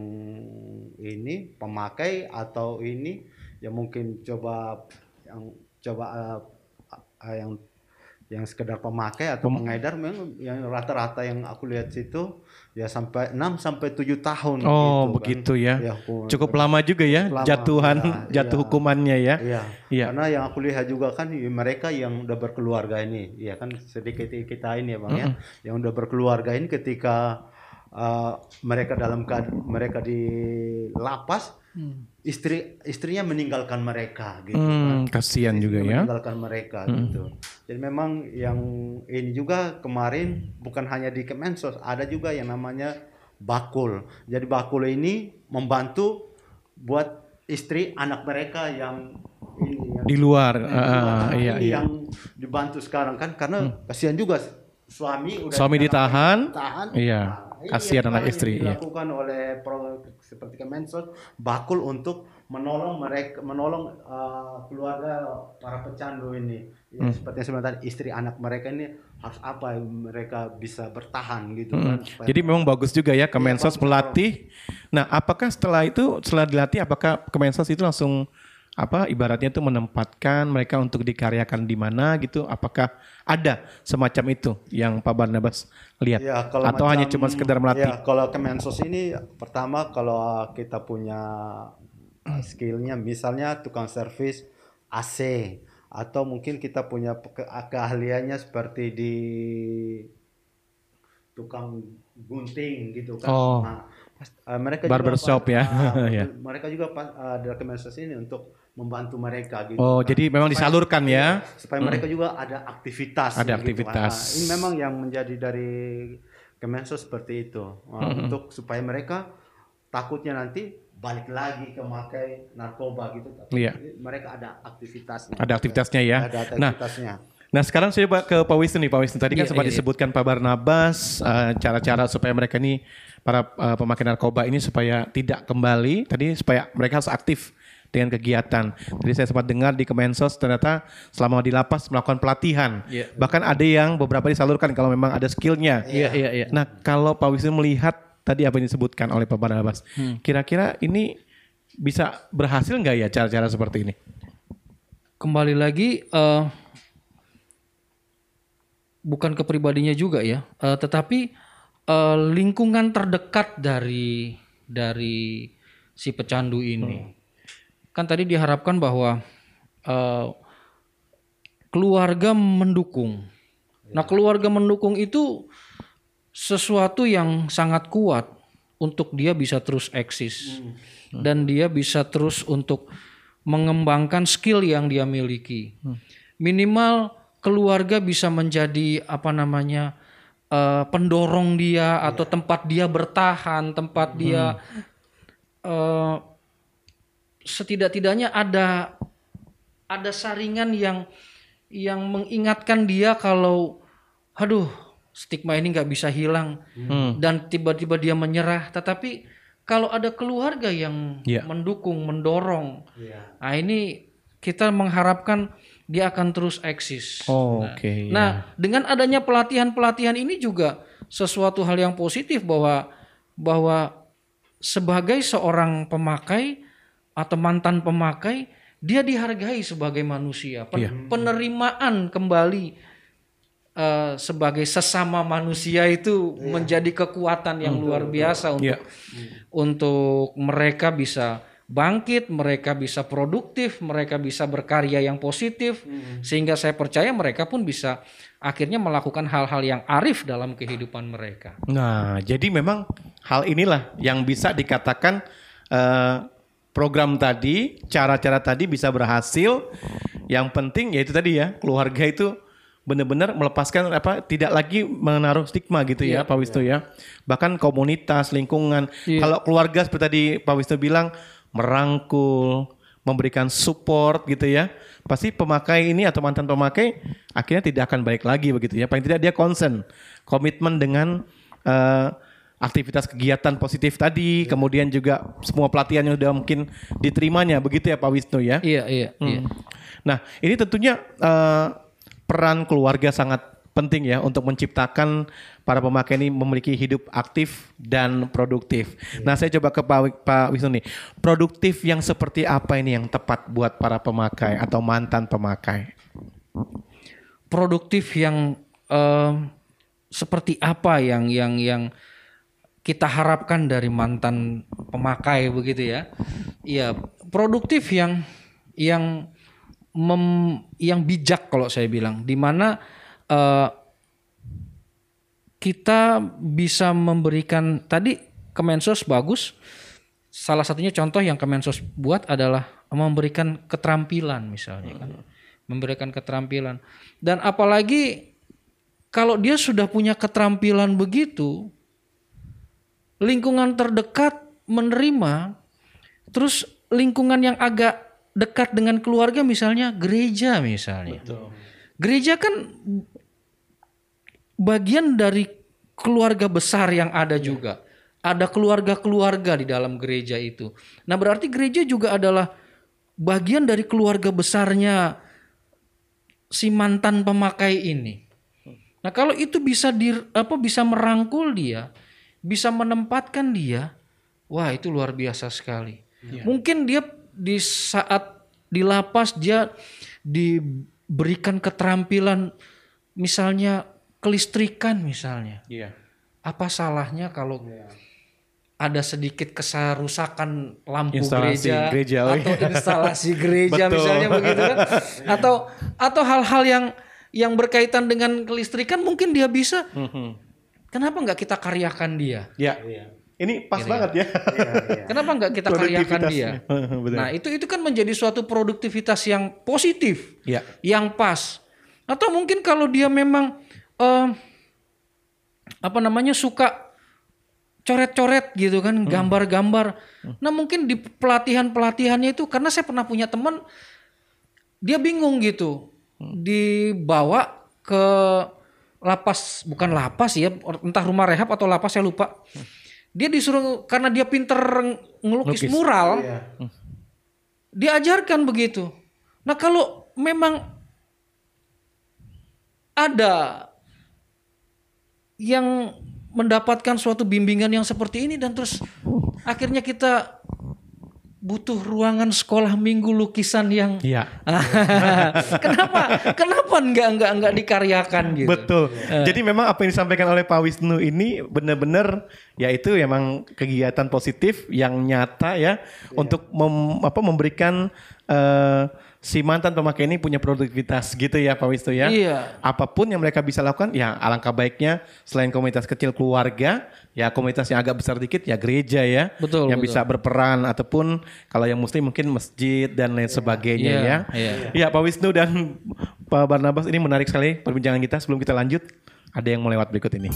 Speaker 6: ini pemakai atau ini ya mungkin coba yang coba uh, uh, yang yang sekedar pemakai atau Pem- pengedar memang yang rata-rata yang aku lihat situ ya sampai enam sampai tujuh tahun.
Speaker 3: Oh,
Speaker 6: gitu,
Speaker 3: begitu
Speaker 6: kan.
Speaker 3: ya. ya Cukup lama juga ya lama, jatuhan ya, jatuh ya. hukumannya ya.
Speaker 6: Iya. Ya. Karena yang aku lihat juga kan mereka yang udah berkeluarga ini, ya kan sedikit kita ini ya Bang mm-hmm. ya, yang udah berkeluarga ini ketika uh, mereka dalam mereka di lapas Hmm. istri istrinya meninggalkan mereka gitu
Speaker 3: hmm, kan kasihan juga ya
Speaker 6: meninggalkan mereka hmm. gitu. Jadi memang yang ini juga kemarin bukan hanya di Kemensos, ada juga yang namanya bakul. Jadi bakul ini membantu buat istri anak mereka yang ini yang
Speaker 3: di luar,
Speaker 6: di
Speaker 3: luar
Speaker 6: uh,
Speaker 3: iya,
Speaker 6: ini
Speaker 3: iya.
Speaker 6: yang dibantu sekarang kan karena hmm. kasihan juga suami udah
Speaker 3: suami ditahan,
Speaker 6: ditahan
Speaker 3: iya.
Speaker 6: Nah,
Speaker 3: kasihan anak istri
Speaker 6: yang
Speaker 3: ya.
Speaker 6: dilakukan oleh pro, seperti Kemensos bakul untuk menolong mereka menolong uh, keluarga para pecandu ini ya, hmm. seperti yang saya bilang tadi istri anak mereka ini harus apa mereka bisa bertahan gitu hmm. kan.
Speaker 3: Jadi memang bagus juga ya Kemensos ya, melatih. Nah, apakah setelah itu setelah dilatih apakah Kemensos itu langsung apa ibaratnya itu menempatkan mereka untuk dikaryakan di mana gitu, apakah ada semacam itu yang Pak Barnabas lihat ya, atau macam, hanya cuma sekedar melatih?
Speaker 6: Ya, kalau Kemensos ini pertama kalau kita punya skillnya misalnya tukang servis A C atau mungkin kita punya ke- keahliannya seperti di tukang gunting gitu kan.
Speaker 3: Oh.
Speaker 6: Nah, mereka
Speaker 3: barbershop ya.
Speaker 6: Uh,
Speaker 3: ya.
Speaker 6: Mereka juga uh, dari Kemensos ini untuk membantu mereka gitu.
Speaker 3: Oh, kan. Jadi memang supaya, disalurkan ya.
Speaker 6: Supaya hmm. mereka juga ada aktivitas.
Speaker 3: Ada
Speaker 6: gitu.
Speaker 3: aktivitas.
Speaker 6: Nah, ini memang yang menjadi dari Kemensos seperti itu. Nah, hmm. Untuk supaya mereka takutnya nanti balik lagi ke makai narkoba gitu. Tapi
Speaker 3: iya.
Speaker 6: mereka ada aktivitasnya.
Speaker 3: Ada aktivitasnya ya.
Speaker 6: Ada aktivitasnya.
Speaker 3: Nah, Nah sekarang saya coba ke Pak Wisnu nih, Pak Wisnu tadi kan yeah, sempat yeah, disebutkan yeah. Pak Barnabas uh, cara-cara supaya mereka ini para uh, pemakai narkoba ini supaya tidak kembali, tadi supaya mereka harus aktif dengan kegiatan. Jadi saya sempat dengar di Kemensos ternyata selama di lapas melakukan pelatihan, yeah. bahkan ada yang beberapa disalurkan kalau memang ada skillnya.
Speaker 7: Yeah, yeah, yeah.
Speaker 3: Nah kalau Pak Wisnu melihat tadi apa yang disebutkan oleh Pak Barnabas, hmm. kira-kira ini bisa berhasil nggak ya cara-cara seperti ini?
Speaker 7: Kembali lagi. Uh... Bukan ke pribadinya juga ya, uh, tetapi uh, lingkungan terdekat dari dari si pecandu ini. Hmm. Kan tadi diharapkan bahwa uh, keluarga mendukung. Nah, keluarga mendukung itu sesuatu yang sangat kuat untuk dia bisa terus eksis. Hmm. Dan dia bisa terus untuk mengembangkan skill yang dia miliki. Hmm. Minimal keluarga bisa menjadi apa namanya uh, pendorong dia atau tempat dia bertahan, tempat dia uh, setidak-tidaknya ada ada saringan yang yang mengingatkan dia kalau aduh stigma ini nggak bisa hilang hmm. dan tiba-tiba dia menyerah. Tetapi kalau ada keluarga yang yeah. mendukung, mendorong, yeah. nah ini kita mengharapkan dia akan terus eksis.
Speaker 3: Oh,
Speaker 7: nah,
Speaker 3: okay,
Speaker 7: nah
Speaker 3: yeah.
Speaker 7: dengan adanya pelatihan-pelatihan ini juga sesuatu hal yang positif bahwa bahwa sebagai seorang pemakai atau mantan pemakai, dia dihargai sebagai manusia. Pen- yeah. Penerimaan kembali Uh, sebagai sesama manusia itu yeah. menjadi kekuatan yang hmm. luar biasa untuk yeah. untuk mereka bisa bangkit, mereka bisa produktif, mereka bisa berkarya yang positif, hmm. sehingga saya percaya mereka pun bisa akhirnya melakukan hal-hal yang arif dalam kehidupan mereka.
Speaker 3: Nah, jadi memang hal inilah yang bisa dikatakan uh, program tadi, cara-cara tadi bisa berhasil. Yang penting yaitu tadi ya, keluarga itu benar-benar melepaskan apa tidak lagi menaruh stigma gitu ya, yeah, Pak Wisnu yeah. ya. Bahkan komunitas, lingkungan. Yeah. Kalau keluarga seperti tadi Pak Wisnu bilang merangkul, memberikan support gitu ya. Pasti pemakai ini atau mantan pemakai akhirnya tidak akan baik lagi begitu ya. Paling tidak dia concern, komitmen dengan uh, aktivitas kegiatan positif tadi, yeah. kemudian juga semua pelatihan yang sudah mungkin diterimanya begitu ya Pak Wisnu ya.
Speaker 7: Iya, iya,
Speaker 3: hmm.
Speaker 7: iya.
Speaker 3: Nah, ini tentunya uh, peran keluarga sangat penting ya untuk menciptakan para pemakai ini memiliki hidup aktif dan produktif. Ya. Nah, saya coba ke Pak, Pak Wisnu nih. Produktif yang seperti apa ini yang tepat buat para pemakai atau mantan pemakai?
Speaker 7: Produktif yang uh, seperti apa yang yang yang kita harapkan dari mantan pemakai begitu ya? Iya, produktif yang yang Mem, yang bijak kalau saya bilang, di mana uh, kita bisa memberikan tadi Kemensos bagus. Salah satunya contoh yang Kemensos buat adalah memberikan keterampilan misalnya kan, memberikan keterampilan. Dan apalagi kalau dia sudah punya keterampilan begitu, lingkungan terdekat menerima, terus lingkungan yang agak dekat dengan keluarga misalnya gereja misalnya. Betul. Gereja kan bagian dari keluarga besar yang ada juga. Ada keluarga-keluarga di dalam gereja itu. Nah, berarti gereja juga adalah bagian dari keluarga besarnya si mantan pemakai ini. Nah, kalau itu bisa di, apa bisa merangkul dia, bisa menempatkan dia, wah itu luar biasa sekali. Ya. Mungkin dia di saat di lapas dia diberikan keterampilan misalnya kelistrikan misalnya. Yeah. Apa salahnya kalau yeah. ada sedikit kesarusakan lampu instalasi gereja, gereja oh atau iya. instalasi gereja misalnya begitu kan? Atau atau hal-hal yang yang berkaitan dengan kelistrikan mungkin dia bisa. Mm-hmm. Kenapa nggak kita karyakan dia?
Speaker 3: Ya. Yeah. Ini pas gitu banget ya. ya.
Speaker 7: Kenapa nggak kita karyakan dia? Nah itu itu kan menjadi suatu produktivitas yang positif, ya. yang pas. Atau mungkin kalau dia memang uh, apa namanya suka coret-coret gitu kan, gambar-gambar. Hmm. Nah mungkin di pelatihan-pelatihannya itu, karena saya pernah punya teman, dia bingung gitu, hmm. dibawa ke lapas, bukan lapas ya, entah rumah rehab atau lapas saya lupa. Hmm. Dia disuruh, karena dia pinter ngelukis Lukis. mural, iya. diajarkan begitu. Nah kalau memang ada yang mendapatkan suatu bimbingan yang seperti ini dan terus akhirnya kita butuh ruangan sekolah minggu lukisan yang
Speaker 3: iya.
Speaker 7: kenapa kenapa enggak enggak enggak dikaryakan gitu.
Speaker 3: Betul. Uh. Jadi memang apa yang disampaikan oleh Pak Wisnu ini benar-benar yaitu memang kegiatan positif yang nyata ya, yeah. untuk mem, apa memberikan uh, si mantan pemakai ini punya produktivitas gitu ya Pak Wisnu ya.
Speaker 7: Iya.
Speaker 3: Apapun yang mereka bisa lakukan ya alangkah baiknya selain komunitas kecil keluarga, ya komunitas yang agak besar dikit ya gereja ya.
Speaker 7: Betul,
Speaker 3: yang
Speaker 7: betul.
Speaker 3: bisa berperan ataupun kalau yang muslim mungkin masjid dan lain sebagainya
Speaker 7: Iya,
Speaker 3: ya.
Speaker 7: iya.
Speaker 3: Ya Pak Wisnu dan Pak Barnabas, ini menarik sekali perbincangan kita. Sebelum kita lanjut, ada yang mau lewat berikut ini.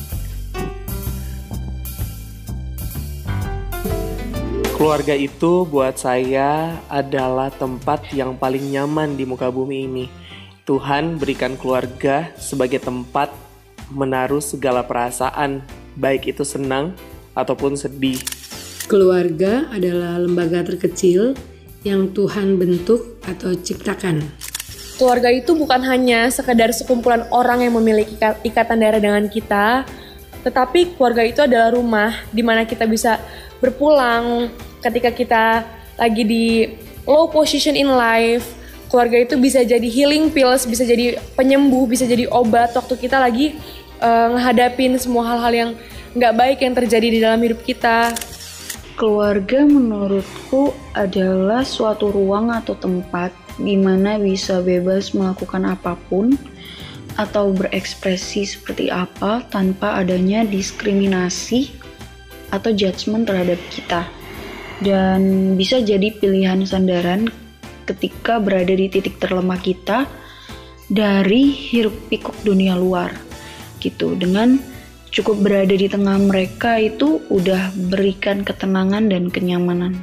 Speaker 12: Keluarga itu buat saya adalah tempat yang paling nyaman di muka bumi ini. Tuhan berikan keluarga sebagai tempat menaruh segala perasaan, baik itu senang ataupun sedih.
Speaker 13: Keluarga adalah lembaga terkecil yang Tuhan bentuk atau ciptakan.
Speaker 14: Keluarga itu bukan hanya sekedar sekumpulan orang yang memiliki ikatan darah dengan kita, tetapi keluarga itu adalah rumah di mana kita bisa berpulang ketika kita lagi di low position in life. Keluarga itu bisa jadi healing pills, bisa jadi penyembuh, bisa jadi obat waktu kita lagi uh, ngehadapin semua hal-hal yang nggak baik yang terjadi di dalam hidup kita.
Speaker 15: Keluarga menurutku adalah suatu ruang atau tempat di mana bisa bebas melakukan apapun atau berekspresi seperti apa tanpa adanya diskriminasi atau judgement terhadap kita. Dan bisa jadi pilihan sandaran ketika berada di titik terlemah kita dari hiruk pikuk dunia luar gitu. Dengan cukup berada di tengah mereka itu udah berikan ketenangan dan kenyamanan.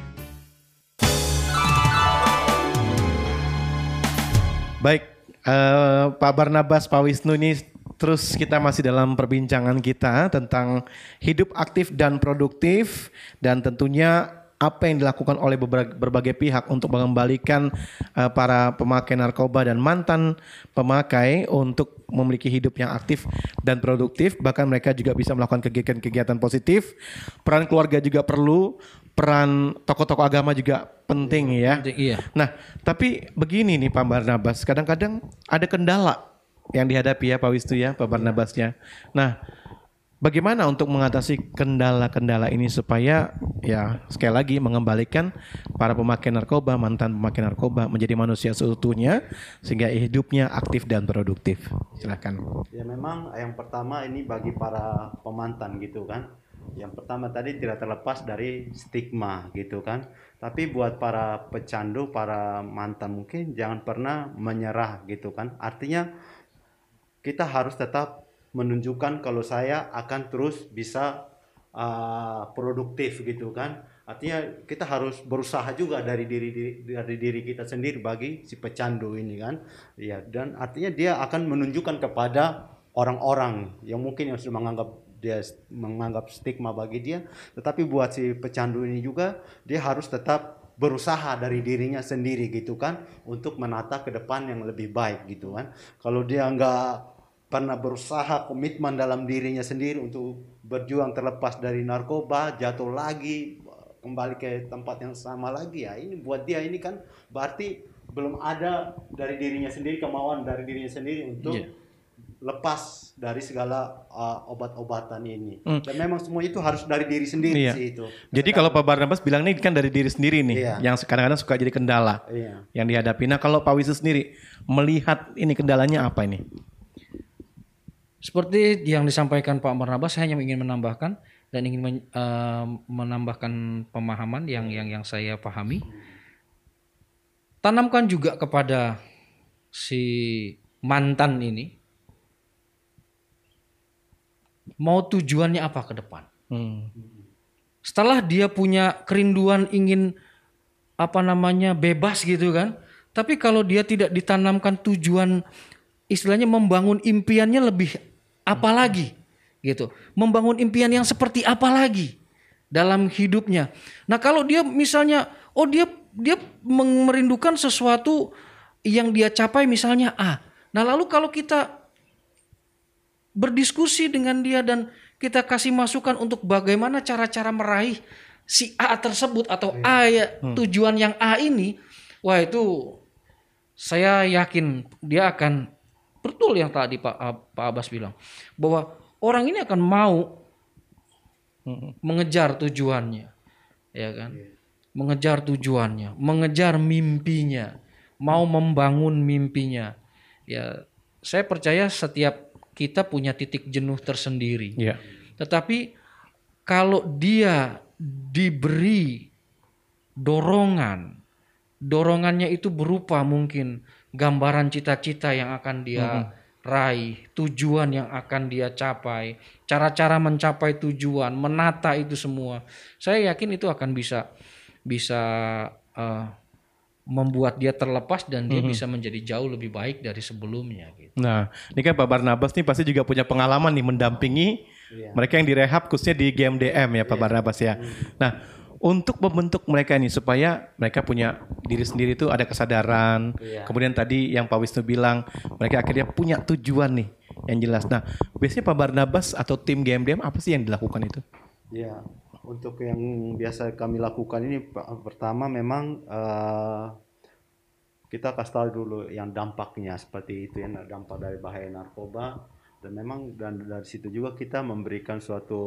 Speaker 3: Baik, uh, Pak Barnabas, Pak Wisnu, ini terus kita masih dalam perbincangan kita tentang hidup aktif dan produktif, dan tentunya apa yang dilakukan oleh berbagai pihak untuk mengembalikan uh, para pemakai narkoba dan mantan pemakai untuk memiliki hidup yang aktif dan produktif. Bahkan mereka juga bisa melakukan kegiatan-kegiatan positif. Peran keluarga juga perlu, peran tokoh-tokoh agama juga penting ya.
Speaker 7: Penting, iya.
Speaker 3: Nah, tapi begini nih Pak Barnabas, kadang-kadang ada kendala yang dihadapi ya Pak Wisnu ya, Pak Barnabasnya. Nah, bagaimana untuk mengatasi kendala-kendala ini supaya ya sekali lagi mengembalikan para pemakai narkoba, mantan pemakai narkoba menjadi manusia seutuhnya sehingga hidupnya aktif dan produktif. Silakan.
Speaker 6: Ya memang yang pertama ini bagi para pemantan gitu kan. Yang pertama tadi tidak terlepas dari stigma gitu kan. Tapi buat para pecandu, para mantan mungkin jangan pernah menyerah gitu kan. Artinya kita harus tetap menunjukkan kalau saya akan terus bisa uh, produktif gitu kan. Artinya kita harus berusaha juga dari diri, diri dari diri kita sendiri bagi si pecandu ini kan. Ya, dan artinya dia akan menunjukkan kepada orang-orang yang mungkin yang sudah menganggap dia menganggap stigma bagi dia, tetapi buat si pecandu ini juga dia harus tetap berusaha dari dirinya sendiri gitu kan untuk menata ke depan yang lebih baik gitu kan. Kalau dia nggak pernah berusaha komitmen dalam dirinya sendiri untuk berjuang terlepas dari narkoba, jatuh lagi kembali ke tempat yang sama lagi, ya ini buat dia ini kan berarti belum ada dari dirinya sendiri, kemauan dari dirinya sendiri untuk yeah. lepas dari segala uh, obat-obatan ini. Hmm. Dan memang semua itu harus dari diri sendiri
Speaker 3: iya.
Speaker 6: sih itu.
Speaker 3: Jadi
Speaker 6: karena
Speaker 3: kalau Pak Barnabas bilang ini kan dari diri sendiri nih, iya. yang kadang-kadang suka jadi kendala
Speaker 6: iya.
Speaker 3: yang dihadapi. Nah kalau Pak Wisnu sendiri melihat ini kendalanya apa ini?
Speaker 7: Seperti yang disampaikan Pak Barnabas, saya hanya ingin menambahkan dan ingin men, uh, menambahkan pemahaman yang yang yang saya pahami. Tanamkan juga kepada si mantan ini, mau tujuannya apa ke depan. Hmm. Setelah dia punya kerinduan ingin apa namanya bebas gitu kan, tapi kalau dia tidak ditanamkan tujuan, istilahnya membangun impiannya lebih apa lagi gitu, membangun impian yang seperti apa lagi dalam hidupnya. Nah kalau dia misalnya, oh dia dia merindukan sesuatu yang dia capai misalnya A. Nah lalu kalau kita berdiskusi dengan dia dan kita kasih masukan untuk bagaimana cara-cara meraih si A tersebut atau A ya, tujuan yang A ini, wah itu saya yakin dia akan betul yang tadi Pak Pak Abbas bilang bahwa orang ini akan mau mengejar tujuannya, ya kan? Mengejar tujuannya, mengejar mimpinya, mau membangun mimpinya. Ya, saya percaya setiap kita punya titik jenuh tersendiri.
Speaker 3: Ya.
Speaker 7: Tetapi kalau dia diberi dorongan, dorongannya itu berupa mungkin gambaran cita-cita yang akan dia mm-hmm. raih, tujuan yang akan dia capai, cara-cara mencapai tujuan, menata itu semua. Saya yakin itu akan bisa bisa uh, membuat dia terlepas dan dia mm-hmm. bisa menjadi jauh lebih baik dari sebelumnya. Gitu.
Speaker 3: Nah, ini kan Pak Barnabas nih pasti juga punya pengalaman nih mendampingi yeah. mereka yang direhab khususnya di G M D M ya Pak yeah. Barnabas ya. Mm-hmm. Nah, untuk membentuk mereka ini supaya mereka punya diri sendiri itu ada kesadaran. Yeah. Kemudian tadi yang Pak Wisnu bilang mereka akhirnya punya tujuan nih yang jelas. Nah, biasanya Pak Barnabas atau tim G M D M apa sih yang dilakukan itu?
Speaker 6: Ya, untuk yang biasa kami lakukan ini pertama memang uh, kita kasih tahu dulu yang dampaknya seperti itu ya, dampak dari bahaya narkoba, dan memang dan dari situ juga kita memberikan suatu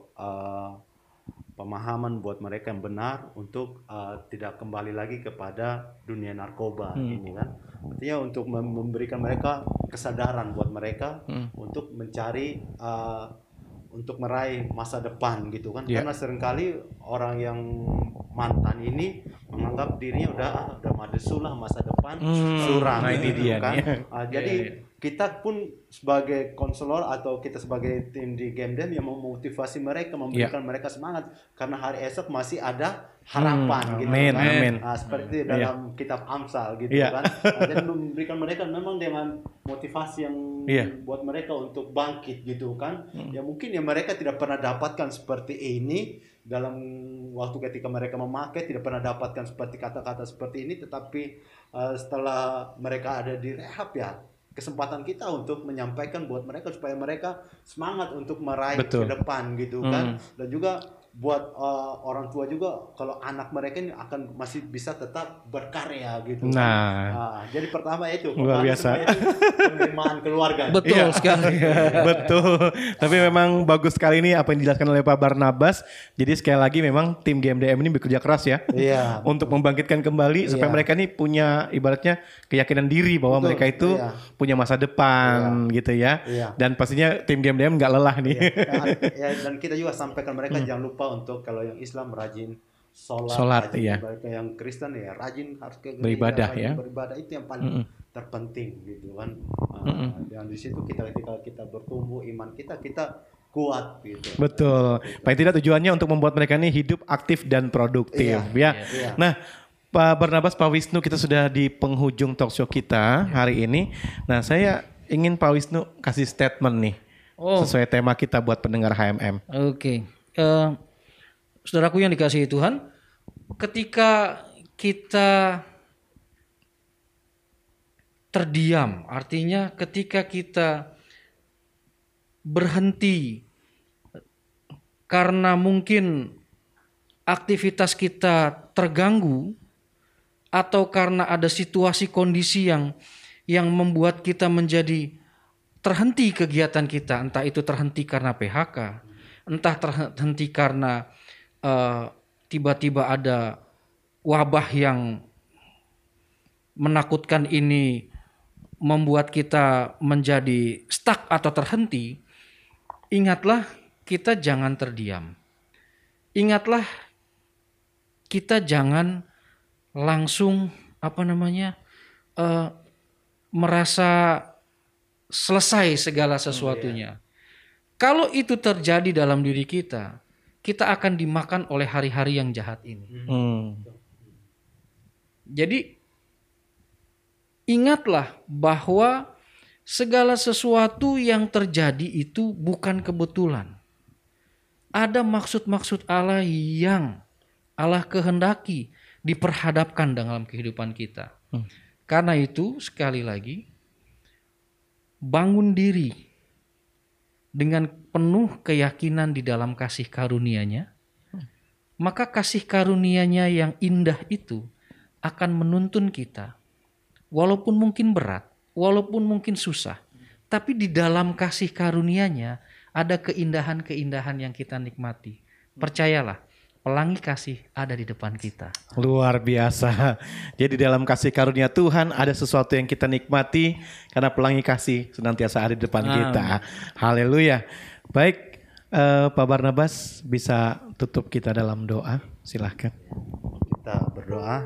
Speaker 6: uh, pemahaman buat mereka yang benar untuk uh, tidak kembali lagi kepada dunia narkoba hmm. ini kan. Artinya untuk memberikan mereka kesadaran buat mereka hmm. untuk mencari uh, untuk meraih masa depan gitu kan. Yeah. Karena seringkali orang yang mantan ini menganggap dirinya udah ah, udah madesu lah, masa depan hmm. suram nah, ini dia kan. Uh, jadi yeah, yeah. kita pun sebagai konselor atau kita sebagai tim di G M D M yang memotivasi mereka, memberikan yeah. mereka semangat karena hari esok masih ada harapan hmm, gitu amen, kan. Amen. Nah, seperti hmm. dalam yeah. kitab Amsal gitu yeah. kan. Nah, jadi memberikan mereka memang dengan motivasi yang yeah. buat mereka untuk bangkit gitu kan. Hmm. Ya mungkin ya mereka tidak pernah dapatkan seperti ini dalam waktu ketika mereka memakai, tidak pernah dapatkan seperti kata-kata seperti ini, tetapi uh, setelah mereka ada di rehab ya kesempatan kita untuk menyampaikan buat mereka supaya mereka semangat untuk meraih Betul. ke depan gitu hmm. kan. Dan juga buat uh, orang tua juga kalau anak mereka ini akan masih bisa tetap berkarya gitu
Speaker 3: nah.
Speaker 6: kan. Nah, jadi pertama itu
Speaker 3: luar biasa
Speaker 6: itu penerimaan keluarga.
Speaker 7: Betul
Speaker 3: iya.
Speaker 7: sekali.
Speaker 3: Betul. Tapi memang bagus sekali ini apa yang dijelaskan oleh Pak Barnabas. Jadi sekali lagi memang tim G M D M ini bekerja keras ya.
Speaker 6: Iya.
Speaker 3: Untuk membangkitkan kembali iya. supaya mereka ini punya ibaratnya keyakinan diri bahwa Betul. mereka itu iya. punya masa depan iya. gitu ya. Iya. Dan pastinya tim G M D M nggak lelah nih.
Speaker 6: Iya. Ya, dan kita juga sampaikan mereka hmm. jangan lupa untuk kalau yang Islam rajin sholat,
Speaker 3: sholat
Speaker 6: rajin
Speaker 3: iya.
Speaker 6: mereka yang Kristen ya rajin harus ke
Speaker 3: beribadah
Speaker 6: gereja,
Speaker 3: ya.
Speaker 6: Beribadah itu yang paling mm-mm. terpenting gitu kan. Uh, dan di situ kita ketika kita bertumbuh iman kita kita kuat gitu.
Speaker 3: Betul. Paling tidak tujuannya untuk membuat mereka ini hidup aktif dan produktif iya, ya. Iya. Nah, Pak Barnabas, Pak Wisnu, kita sudah di penghujung talk show kita hari ini. Nah, saya ingin Pak Wisnu kasih statement nih. Oh. Sesuai tema kita buat pendengar H M M.
Speaker 7: Oke. Okay. Uh, saudaraku yang dikasihi Tuhan, ketika kita terdiam, artinya ketika kita berhenti karena mungkin aktivitas kita terganggu atau karena ada situasi kondisi yang yang membuat kita menjadi terhenti kegiatan kita, entah itu terhenti karena P H K, entah terhenti karena uh, tiba-tiba ada wabah yang menakutkan ini membuat kita menjadi stuck atau terhenti. Ingatlah, kita jangan terdiam. Ingatlah, kita jangan langsung apa namanya uh, merasa selesai segala sesuatunya. Oh, yeah. Kalau itu terjadi dalam diri kita, kita akan dimakan oleh hari-hari yang jahat ini. Hmm. Jadi ingatlah bahwa segala sesuatu yang terjadi itu bukan kebetulan. Ada maksud-maksud Allah yang Allah kehendaki diperhadapkan dalam kehidupan kita. Hmm. Karena itu sekali lagi, bangun diri dengan penuh keyakinan di dalam kasih karunia-Nya, maka kasih karunia-Nya yang indah itu akan menuntun kita, walaupun mungkin berat, walaupun mungkin susah, tapi di dalam kasih karunia-Nya ada keindahan-keindahan yang kita nikmati. Percayalah, pelangi kasih ada di depan kita.
Speaker 3: Luar biasa. Jadi dalam kasih karunia Tuhan ada sesuatu yang kita nikmati karena pelangi kasih senantiasa ada di depan
Speaker 7: Amin.
Speaker 3: kita. Haleluya. Baik, uh, Pak Barnabas bisa tutup kita dalam doa. Silahkan.
Speaker 6: Kita berdoa.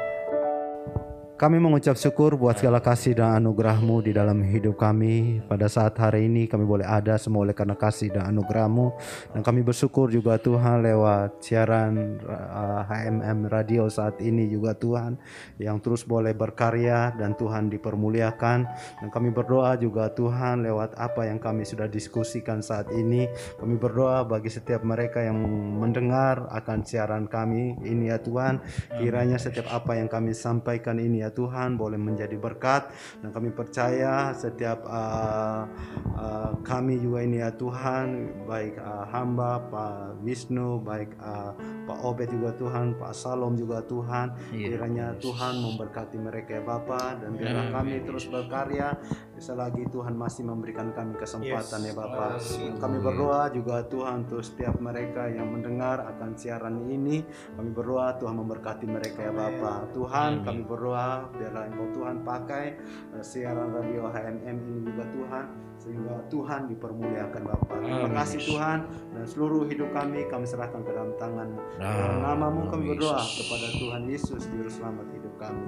Speaker 6: Kami mengucap syukur buat segala kasih dan anugerah-Mu di dalam hidup kami. Pada saat hari ini kami boleh ada semua oleh karena kasih dan anugerah-Mu. Dan kami bersyukur juga Tuhan lewat siaran uh, H M M Radio saat ini juga Tuhan. Yang terus boleh berkarya dan Tuhan dipermuliakan. Dan kami berdoa juga Tuhan lewat apa yang kami sudah diskusikan saat ini. Kami berdoa bagi setiap mereka yang mendengar akan siaran kami ini ya Tuhan. Kiranya setiap apa yang kami sampaikan ini ya Tuhan boleh menjadi berkat, dan kami percaya setiap uh, uh, kami juga ini ya Tuhan, baik uh, hamba Pak Wisnu, baik uh, Pak Obed juga Tuhan, Pak Salom juga Tuhan, kiranya Tuhan memberkati mereka ya Bapa, dan biarlah kami terus berkarya. Bisa lagi Tuhan masih memberikan kami kesempatan ya Bapa. Kami berdoa juga Tuhan untuk setiap mereka yang mendengar akan siaran ini, kami berdoa Tuhan memberkati mereka ya Bapa. Tuhan, kami berdoa biarlah Engkau Tuhan pakai uh, siaran radio H M M ini juga Tuhan, sehingga Tuhan dipermuliakan Bapa. Terima kasih Tuhan, dan seluruh hidup kami kami serahkan ke dalam tangan-Mu. Dalam nama-Mu kami berdoa kepada Tuhan Yesus Juru Selamat hidup kami.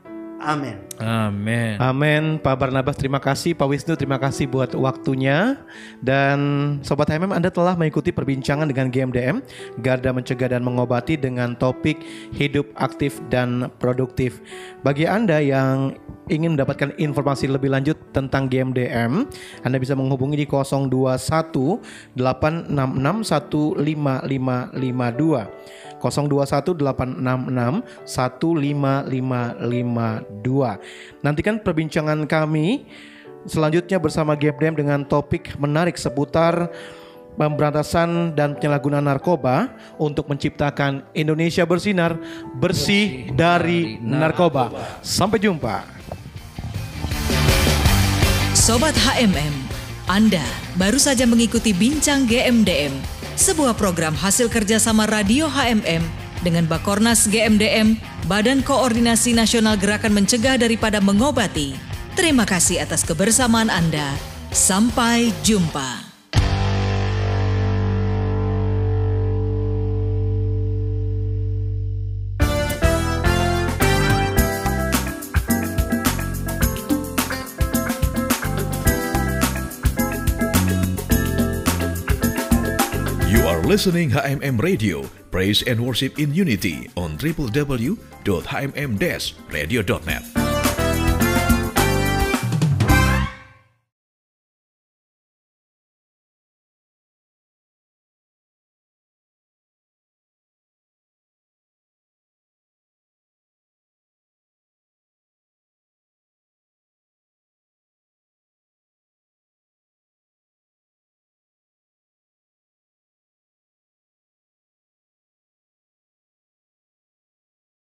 Speaker 6: Amin.
Speaker 7: Amin.
Speaker 3: Amin. Pak Barnabas terima kasih, Pak Wisnu terima kasih buat waktunya. Dan Sobat H M M, Anda telah mengikuti perbincangan dengan G M D M, Garda Mencegah dan Mengobati, dengan topik hidup aktif dan produktif. Bagi Anda yang ingin mendapatkan informasi lebih lanjut tentang G M D M, Anda bisa menghubungi di nol dua satu delapan enam enam satu lima lima lima dua. nol dua satu delapan enam enam satu lima lima lima dua. Nantikan perbincangan kami selanjutnya bersama G M D M dengan topik menarik seputar pemberantasan dan penyalahgunaan narkoba untuk menciptakan Indonesia bersinar, bersih dari narkoba. Sampai jumpa.
Speaker 2: Sobat H M M, Anda baru saja mengikuti Bincang G M D M, sebuah program hasil kerjasama Radio H M M dengan Bakornas G M D M, Badan Koordinasi Nasional Gerakan Mencegah Daripada Mengobati. Terima kasih atas kebersamaan Anda. Sampai jumpa.
Speaker 1: Listening H M M Radio, Praise and Worship in Unity on w w w dot h m m dash radio dot net.